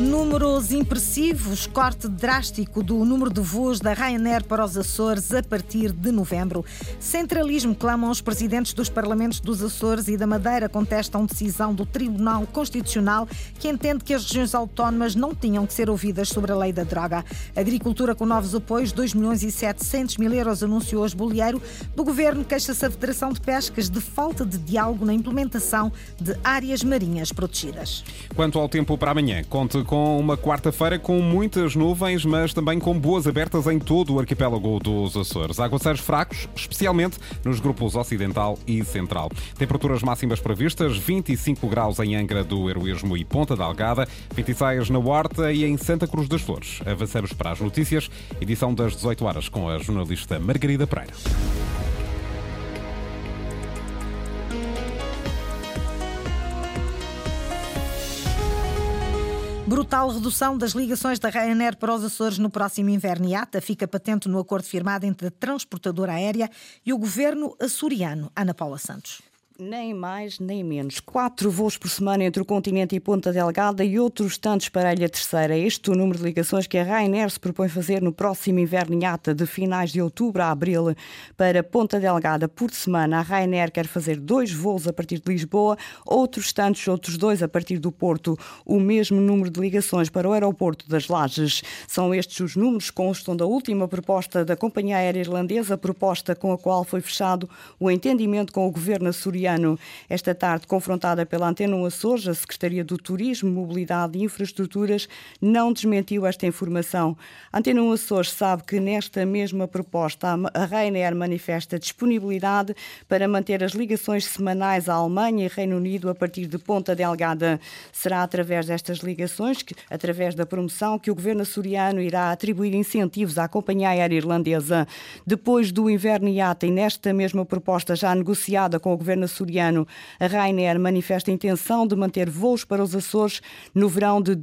Números impressivos, corte drástico do número de voos da Ryanair para os Açores a partir de novembro. Centralismo clamam os presidentes dos parlamentos dos Açores e da Madeira, contestam decisão do Tribunal Constitucional que entende que as regiões autónomas não tinham que ser ouvidas sobre a lei da droga. Agricultura com novos apoios, 2.700.000 euros, anunciou hoje Bolieiro. Do Governo queixa-se a Federação de Pescas de falta de diálogo na implementação de áreas marinhas protegidas. Quanto ao tempo para amanhã, conte com uma quarta-feira com muitas nuvens, mas também com boas abertas em todo o arquipélago dos Açores. Aguaceiros fracos, especialmente nos grupos ocidental e central. Temperaturas máximas previstas, 25 graus em Angra do Heroísmo e Ponta da Algada, 26 na Horta e em Santa Cruz das Flores. Avançamos para as notícias, edição das 18 horas com a jornalista Margarida Pereira. Brutal redução das ligações da Ryanair para os Açores no próximo inverno IATA fica patente no acordo firmado entre a transportadora aérea e o governo açoriano. Ana Paula Santos. Nem mais nem menos. 4 voos por semana entre o continente e Ponta Delgada e outros tantos para a Ilha Terceira. É este o número de ligações que a Ryanair se propõe fazer no próximo inverno IATA, de finais de outubro a abril. Para Ponta Delgada por semana, a Ryanair quer fazer 2 voos a partir de Lisboa, outros 2 a partir do Porto. O mesmo número de ligações para o aeroporto das Lajes. São estes os números que constam da última proposta da companhia aérea irlandesa, proposta com a qual foi fechado o entendimento com o governo açoriano. Esta tarde, confrontada pela Antena 1 Açores, a Secretaria do Turismo, Mobilidade e Infraestruturas não desmentiu esta informação. A Antena 1 Açores sabe que nesta mesma proposta a Ryanair manifesta disponibilidade para manter as ligações semanais à Alemanha e Reino Unido a partir de Ponta Delgada. Será através destas ligações, através da promoção, que o governo açoriano irá atribuir incentivos à companhia aérea irlandesa. Depois do inverno IATA e nesta mesma proposta já negociada com o governo açoriano, a Ryanair manifesta a intenção de manter voos para os Açores no verão de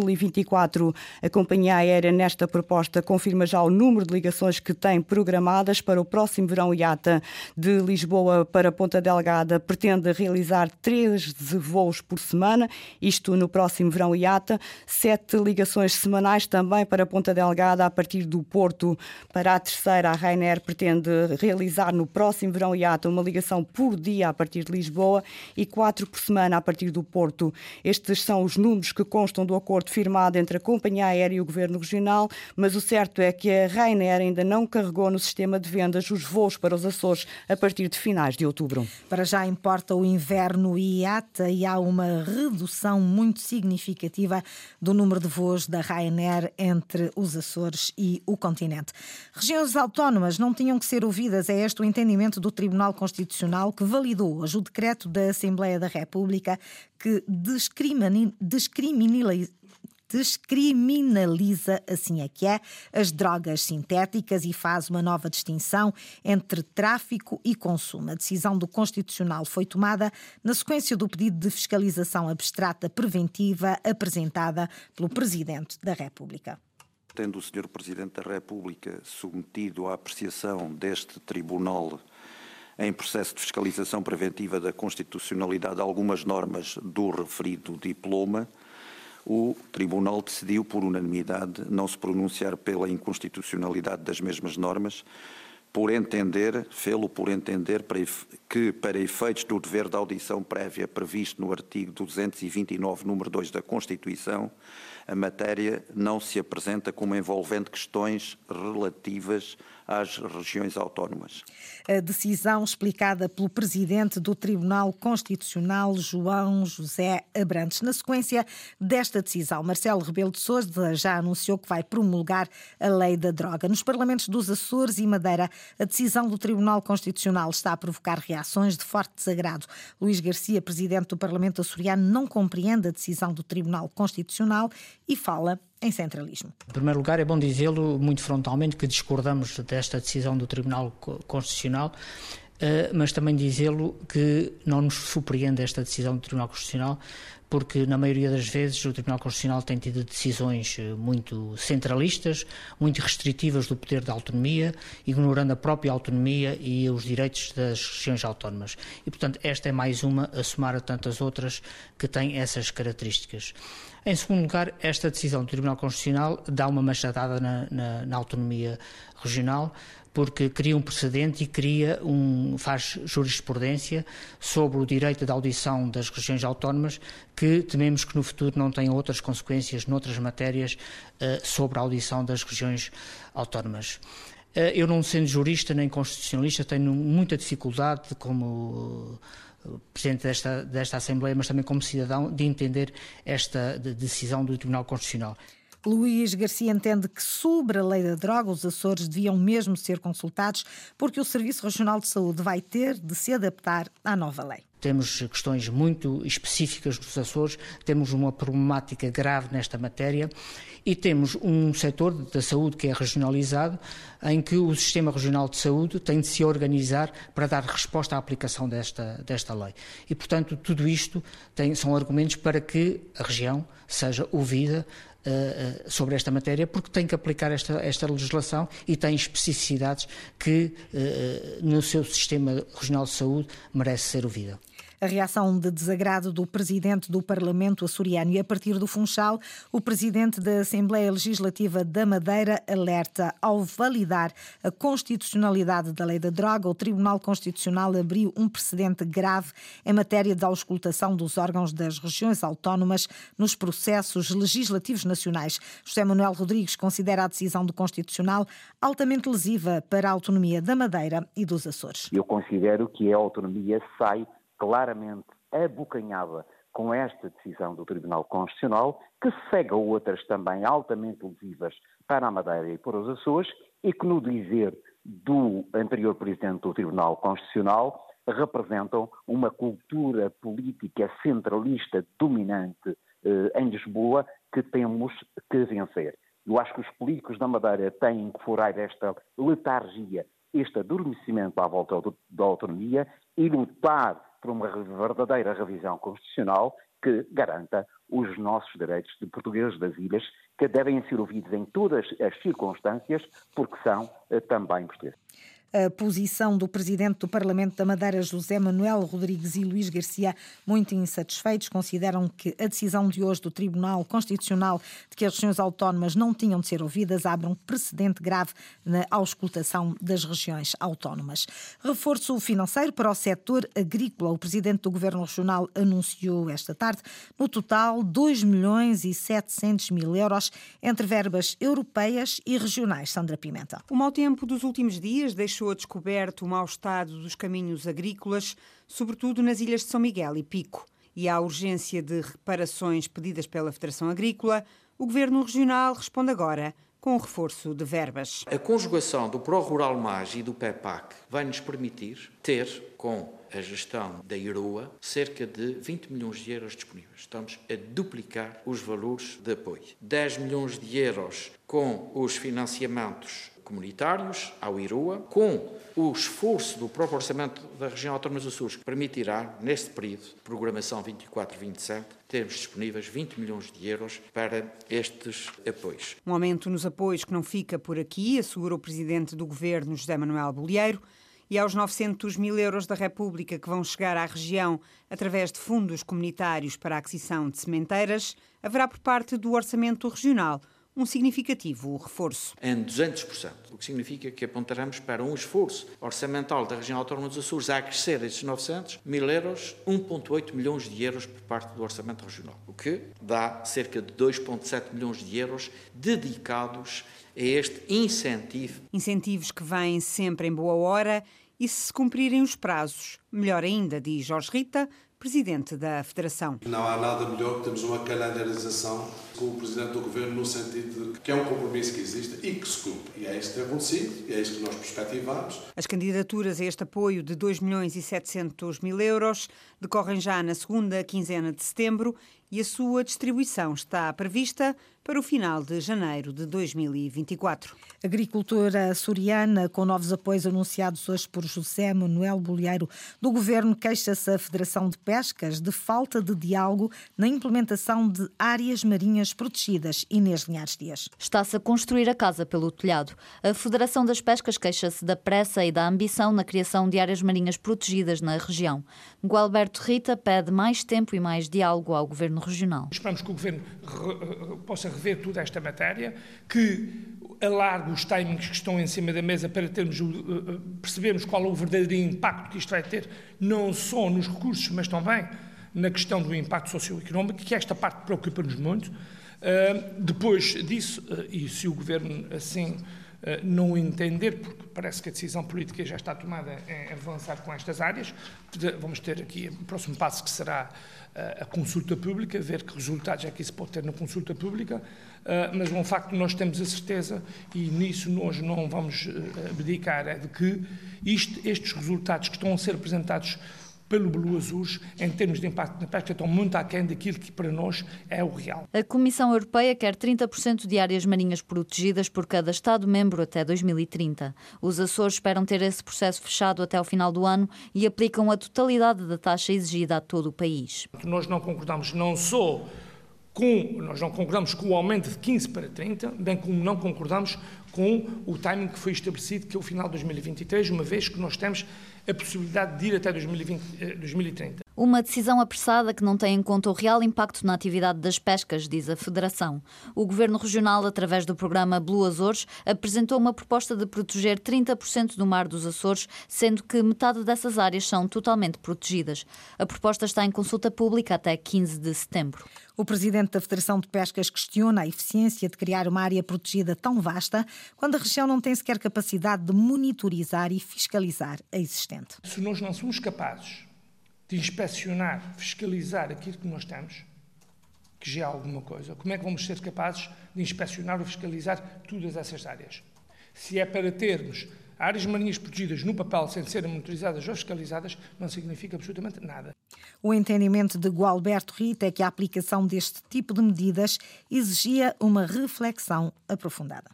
2024. A companhia aérea nesta proposta confirma já o número de ligações que tem programadas para o próximo verão IATA. De Lisboa para Ponta Delgada pretende realizar 13 voos por semana, isto no próximo verão IATA, 7 ligações semanais também para Ponta Delgada a partir do Porto. Para a Terceira, a Ryanair pretende realizar no próximo verão IATA uma ligação por dia a partir de Lisboa e 4 por semana a partir do Porto. Estes são os números que constam do acordo firmado entre a companhia aérea e o governo regional, mas o certo é que a Ryanair ainda não carregou no sistema de vendas os voos para os Açores a partir de finais de outubro. Para já importa o inverno IATA e há uma redução muito significativa do número de voos da Ryanair entre os Açores e o continente. Regiões autónomas não tinham que ser ouvidas, é este o entendimento do Tribunal Constitucional que validou hoje o decreto da Assembleia da República que descriminaliza, assim é que é, as drogas sintéticas e faz uma nova distinção entre tráfico e consumo. A decisão do Constitucional foi tomada na sequência do pedido de fiscalização abstrata preventiva apresentada pelo Presidente da República. Tendo o Sr. Presidente da República submetido à apreciação deste Tribunal em processo de fiscalização preventiva da constitucionalidade de algumas normas do referido diploma, o Tribunal decidiu, por unanimidade, não se pronunciar pela inconstitucionalidade das mesmas normas, fê-lo por entender que, para efeitos do dever de audição prévia previsto no artigo 229, número 2 da Constituição, a matéria não se apresenta como envolvendo questões relativas às regiões autónomas. A decisão explicada pelo Presidente do Tribunal Constitucional, João José Abrantes. Na sequência desta decisão, Marcelo Rebelo de Sousa já anunciou que vai promulgar a lei da droga. Nos parlamentos dos Açores e Madeira, a decisão do Tribunal Constitucional está a provocar reações de forte desagrado. Luís Garcia, Presidente do Parlamento açoriano, não compreende a decisão do Tribunal Constitucional e fala em centralismo. Em primeiro lugar, é bom dizê-lo muito frontalmente que discordamos desta decisão do Tribunal Constitucional. mas também dizê-lo que não nos surpreende esta decisão do Tribunal Constitucional, porque na maioria das vezes o Tribunal Constitucional tem tido decisões muito centralistas, muito restritivas do poder da autonomia, ignorando a própria autonomia e os direitos das regiões autónomas. E, portanto, esta é mais uma a somar a tantas outras que têm essas características. Em segundo lugar, esta decisão do Tribunal Constitucional dá uma machadada na autonomia regional, porque cria um precedente e faz jurisprudência sobre o direito de audição das regiões autónomas, que tememos que no futuro não tenha outras consequências noutras matérias sobre a audição das regiões autónomas. Eu, não sendo jurista nem constitucionalista, tenho muita dificuldade como Presidente desta Assembleia, mas também como cidadão, de entender esta decisão do Tribunal Constitucional. Luís Garcia entende que sobre a lei da droga os Açores deviam mesmo ser consultados, porque o Serviço Regional de Saúde vai ter de se adaptar à nova lei. Temos questões muito específicas nos Açores, temos uma problemática grave nesta matéria e temos um setor da saúde que é regionalizado, em que o Sistema Regional de Saúde tem de se organizar para dar resposta à aplicação desta lei. E, portanto, tudo isto são argumentos para que a região seja ouvida sobre esta matéria, porque tem que aplicar esta legislação e tem especificidades que no seu Sistema Regional de Saúde merece ser ouvida. A reação de desagrado do Presidente do Parlamento açoriano e a partir do Funchal, o Presidente da Assembleia Legislativa da Madeira alerta: ao validar a constitucionalidade da lei da droga, o Tribunal Constitucional abriu um precedente grave em matéria de auscultação dos órgãos das regiões autónomas nos processos legislativos nacionais. José Manuel Rodrigues considera a decisão do Constitucional altamente lesiva para a autonomia da Madeira e dos Açores. Eu considero que a autonomia sai claramente abocanhada com esta decisão do Tribunal Constitucional, que segue a outras também altamente lesivas para a Madeira e para os Açores, e que, no dizer do anterior Presidente do Tribunal Constitucional, representam uma cultura política centralista dominante em Lisboa que temos que vencer. Eu acho que os políticos da Madeira têm que furar esta letargia, este adormecimento à volta da autonomia e lutar por uma verdadeira revisão constitucional que garanta os nossos direitos de portugueses das ilhas, que devem ser ouvidos em todas as circunstâncias, porque são também portugueses. A posição do Presidente do Parlamento da Madeira, José Manuel Rodrigues, e Luís Garcia, muito insatisfeitos, consideram que a decisão de hoje do Tribunal Constitucional de que as regiões autónomas não tinham de ser ouvidas abre um precedente grave na auscultação das regiões autónomas. Reforço financeiro para o setor agrícola. O Presidente do Governo Regional anunciou esta tarde, no total, 2.700.000 euros entre verbas europeias e regionais. Sandra Pimenta. O mau tempo dos últimos dias deixou a descoberto o mau estado dos caminhos agrícolas, sobretudo nas ilhas de São Miguel e Pico. E à urgência de reparações pedidas pela Federação Agrícola, o Governo Regional responde agora com o reforço de verbas. A conjugação do Pró-Rural Mais e do PEPAC vai nos permitir ter, com a gestão da IRUA, cerca de 20 milhões de euros disponíveis. Estamos a duplicar os valores de apoio. 10 milhões de euros com os financiamentos comunitários ao IRUA, com o esforço do próprio orçamento da região autónoma dos Açores, que permitirá, neste período de programação 24-27, termos disponíveis 20 milhões de euros para estes apoios. Um aumento nos apoios que não fica por aqui, assegura o Presidente do Governo, José Manuel Bolieiro, e aos 900.000 euros da República que vão chegar à região através de fundos comunitários para a aquisição de sementeiras, haverá por parte do Orçamento Regional um significativo reforço. Em 200%, o que significa que apontaremos para um esforço orçamental da região autónoma dos Açores a crescer estes 900.000 euros, 1,8 milhões de euros por parte do Orçamento Regional, o que dá cerca de 2,7 milhões de euros dedicados a este incentivo. Incentivos que vêm sempre em boa hora e, se cumprirem os prazos, melhor ainda, diz Jorge Rita, Presidente da Federação. Não há nada melhor que termos uma calendarização com o Presidente do Governo no sentido de que é um compromisso que existe e que se cumpre. E é isso que tem acontecido, e é isso que nós perspectivamos. As candidaturas a este apoio de 2.700.000 euros decorrem já na segunda quinzena de setembro e a sua distribuição está prevista para o final de janeiro de 2024. Agricultura açoriana, com novos apoios anunciados hoje por José Manuel Bolieiro do Governo, queixa-se a Federação de Pescas de falta de diálogo na implementação de áreas marinhas protegidas. Inês Linhares Dias. Está-se a construir a casa pelo telhado. A Federação das Pescas queixa-se da pressa e da ambição na criação de áreas marinhas protegidas na região. Gualberto Rita pede mais tempo e mais diálogo ao Governo regional. Esperamos que o Governo possa rever toda esta matéria, que alargue os timings que estão em cima da mesa para percebermos qual é o verdadeiro impacto que isto vai ter, não só nos recursos, mas também na questão do impacto socioeconómico, que esta parte preocupa-nos muito. Depois disso, e se o Governo assim não entender, porque parece que a decisão política já está tomada em avançar com estas áreas, vamos ter aqui o próximo passo, que será a consulta pública, ver que resultados é que isso pode ter na consulta pública, mas um facto nós temos a certeza, e nisso nós não vamos abdicar, é de que estes resultados que estão a ser apresentados pelo Blue Azores, em termos de impacto na pesca, estão muito aquém daquilo que para nós é o real. A Comissão Europeia quer 30% de áreas marinhas protegidas por cada Estado-membro até 2030. Os Açores esperam ter esse processo fechado até ao final do ano e aplicam a totalidade da taxa exigida a todo o país. Nós não concordamos nós não concordamos com o aumento de 15 para 30, bem como não concordamos com o timing que foi estabelecido, que é o final de 2023, uma vez que nós temos a possibilidade de ir até 2030. Uma decisão apressada que não tem em conta o real impacto na atividade das pescas, diz a Federação. O Governo Regional, através do programa Blue Azores, apresentou uma proposta de proteger 30% do mar dos Açores, sendo que metade dessas áreas são totalmente protegidas. A proposta está em consulta pública até 15 de setembro. O presidente da Federação de Pescas questiona a eficiência de criar uma área protegida tão vasta quando a região não tem sequer capacidade de monitorizar e fiscalizar a existente. Se nós não somos capazes de inspecionar, fiscalizar aquilo que nós temos, que já é alguma coisa, como é que vamos ser capazes de inspecionar ou fiscalizar todas essas áreas? Se é para termos áreas marinhas protegidas no papel sem serem monitorizadas ou fiscalizadas, não significa absolutamente nada. O entendimento de Gualberto Rita é que a aplicação deste tipo de medidas exigia uma reflexão aprofundada.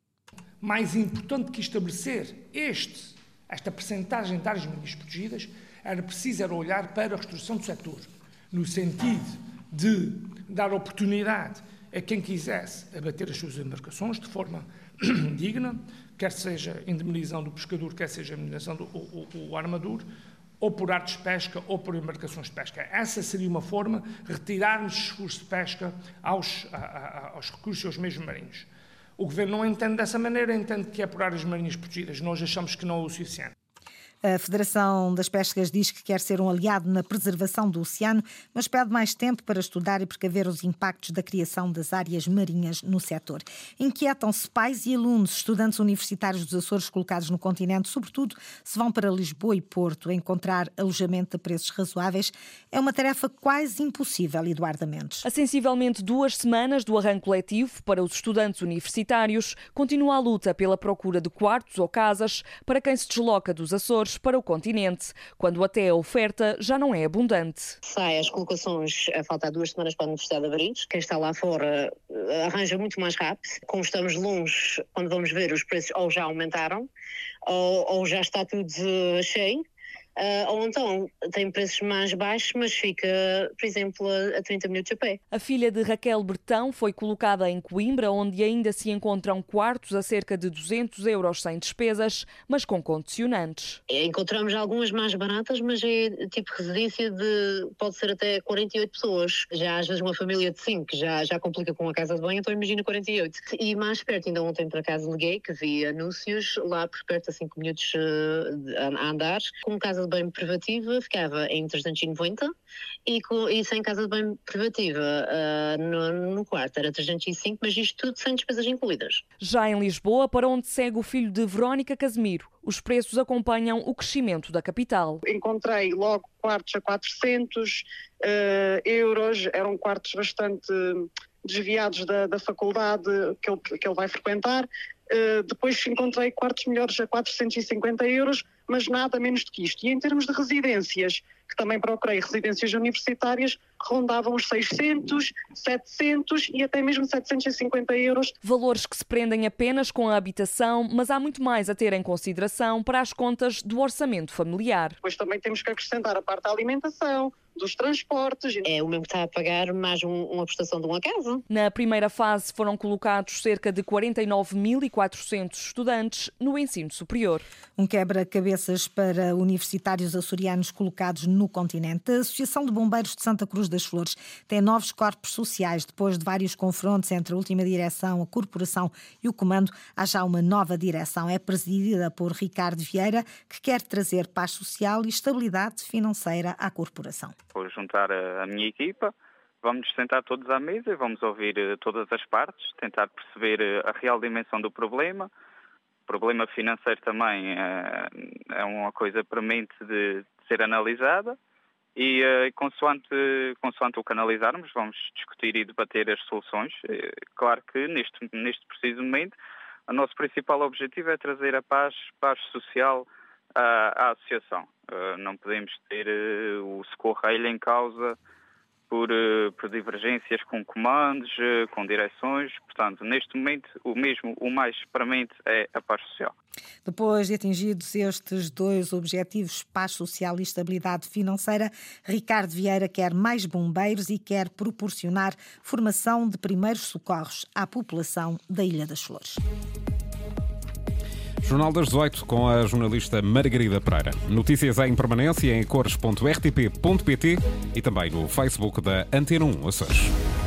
Mais importante que estabelecer esta percentagem de áreas marinhas protegidas, era preciso olhar para a reestruturação do setor, no sentido de dar oportunidade a quem quisesse abater as suas embarcações de forma digna, quer seja indemnização do pescador, quer seja indemnização do armador, ou por artes de pesca, ou por embarcações de pesca. Essa seria uma forma de retirarmos esforço de pesca aos recursos e aos meios marinhos. O Governo não entende dessa maneira, entende que é por áreas marinhas protegidas. Nós achamos que não é o suficiente. A Federação das Pescas diz que quer ser um aliado na preservação do oceano, mas pede mais tempo para estudar e precaver os impactos da criação das áreas marinhas no setor. Inquietam-se pais e alunos, estudantes universitários dos Açores colocados no continente, sobretudo se vão para Lisboa e Porto. Encontrar alojamento a preços razoáveis é uma tarefa quase impossível, Eduarda Mendes. Há sensivelmente 2 semanas do arranque letivo para os estudantes universitários, continua a luta pela procura de quartos ou casas para quem se desloca dos Açores para o continente, quando até a oferta já não é abundante. Sai as colocações a faltar 2 semanas para a Universidade de Abril. Quem está lá fora arranja muito mais rápido. Como estamos longe, quando vamos ver, os preços ou já aumentaram ou já está tudo cheio. Ou então tem preços mais baixos, mas fica, por exemplo, a 30 minutos a pé. A filha de Raquel Bertão foi colocada em Coimbra, onde ainda se encontram quartos a cerca de 200 euros sem despesas, mas com condicionantes. Encontramos algumas mais baratas, mas é tipo residência pode ser até 48 pessoas. Já às vezes uma família de 5 já complica com uma casa de banho, então imagina 48. E mais perto, ainda ontem por acaso liguei, que vi anúncios lá por perto a 5 minutos a andar, com casa de banho privativa ficava em 390 e sem casa de banho privativa no quarto era 305, mas isto tudo sem despesas incluídas. Já em Lisboa, para onde segue o filho de Verónica Casemiro, os preços acompanham o crescimento da capital. Encontrei logo quartos a 400 euros, eram quartos bastante desviados da faculdade que ele vai frequentar. Depois encontrei quartos melhores a 450 euros, mas nada menos do que isto. E em termos de residências, que também procurei, residências universitárias, rondavam os 600, 700 e até mesmo 750 euros. Valores que se prendem apenas com a habitação, mas há muito mais a ter em consideração para as contas do orçamento familiar. Depois também temos que acrescentar a parte da alimentação, dos transportes. É o mesmo que está a pagar mais uma prestação de uma casa. Na primeira fase foram colocados cerca de 49.400 estudantes no ensino superior. Um quebra-cabeças para universitários açorianos colocados no continente. A Associação de Bombeiros de Santa Cruz das Flores tem novos corpos sociais. Depois de vários confrontos entre a última direção, a corporação e o comando, há já uma nova direção. É presidida por Ricardo Vieira, que quer trazer paz social e estabilidade financeira à corporação. Vou juntar a minha equipa, vamos nos sentar todos à mesa e vamos ouvir todas as partes, tentar perceber a real dimensão do problema. O problema financeiro também é uma coisa premente de ser analisada e consoante o que analisarmos, vamos discutir e debater as soluções. Claro que neste preciso momento o nosso principal objetivo é trazer a paz social à associação. Não podemos ter o socorro em causa por divergências com comandos, com direções. Portanto, neste momento, o mais premente é a paz social. Depois de atingidos estes dois objetivos, paz social e estabilidade financeira, Ricardo Vieira quer mais bombeiros e quer proporcionar formação de primeiros socorros à população da Ilha das Flores. Jornal das 18 com a jornalista Margarida Pereira. Notícias em permanência em cores.rtp.pt e também no Facebook da Antena 1 Açores.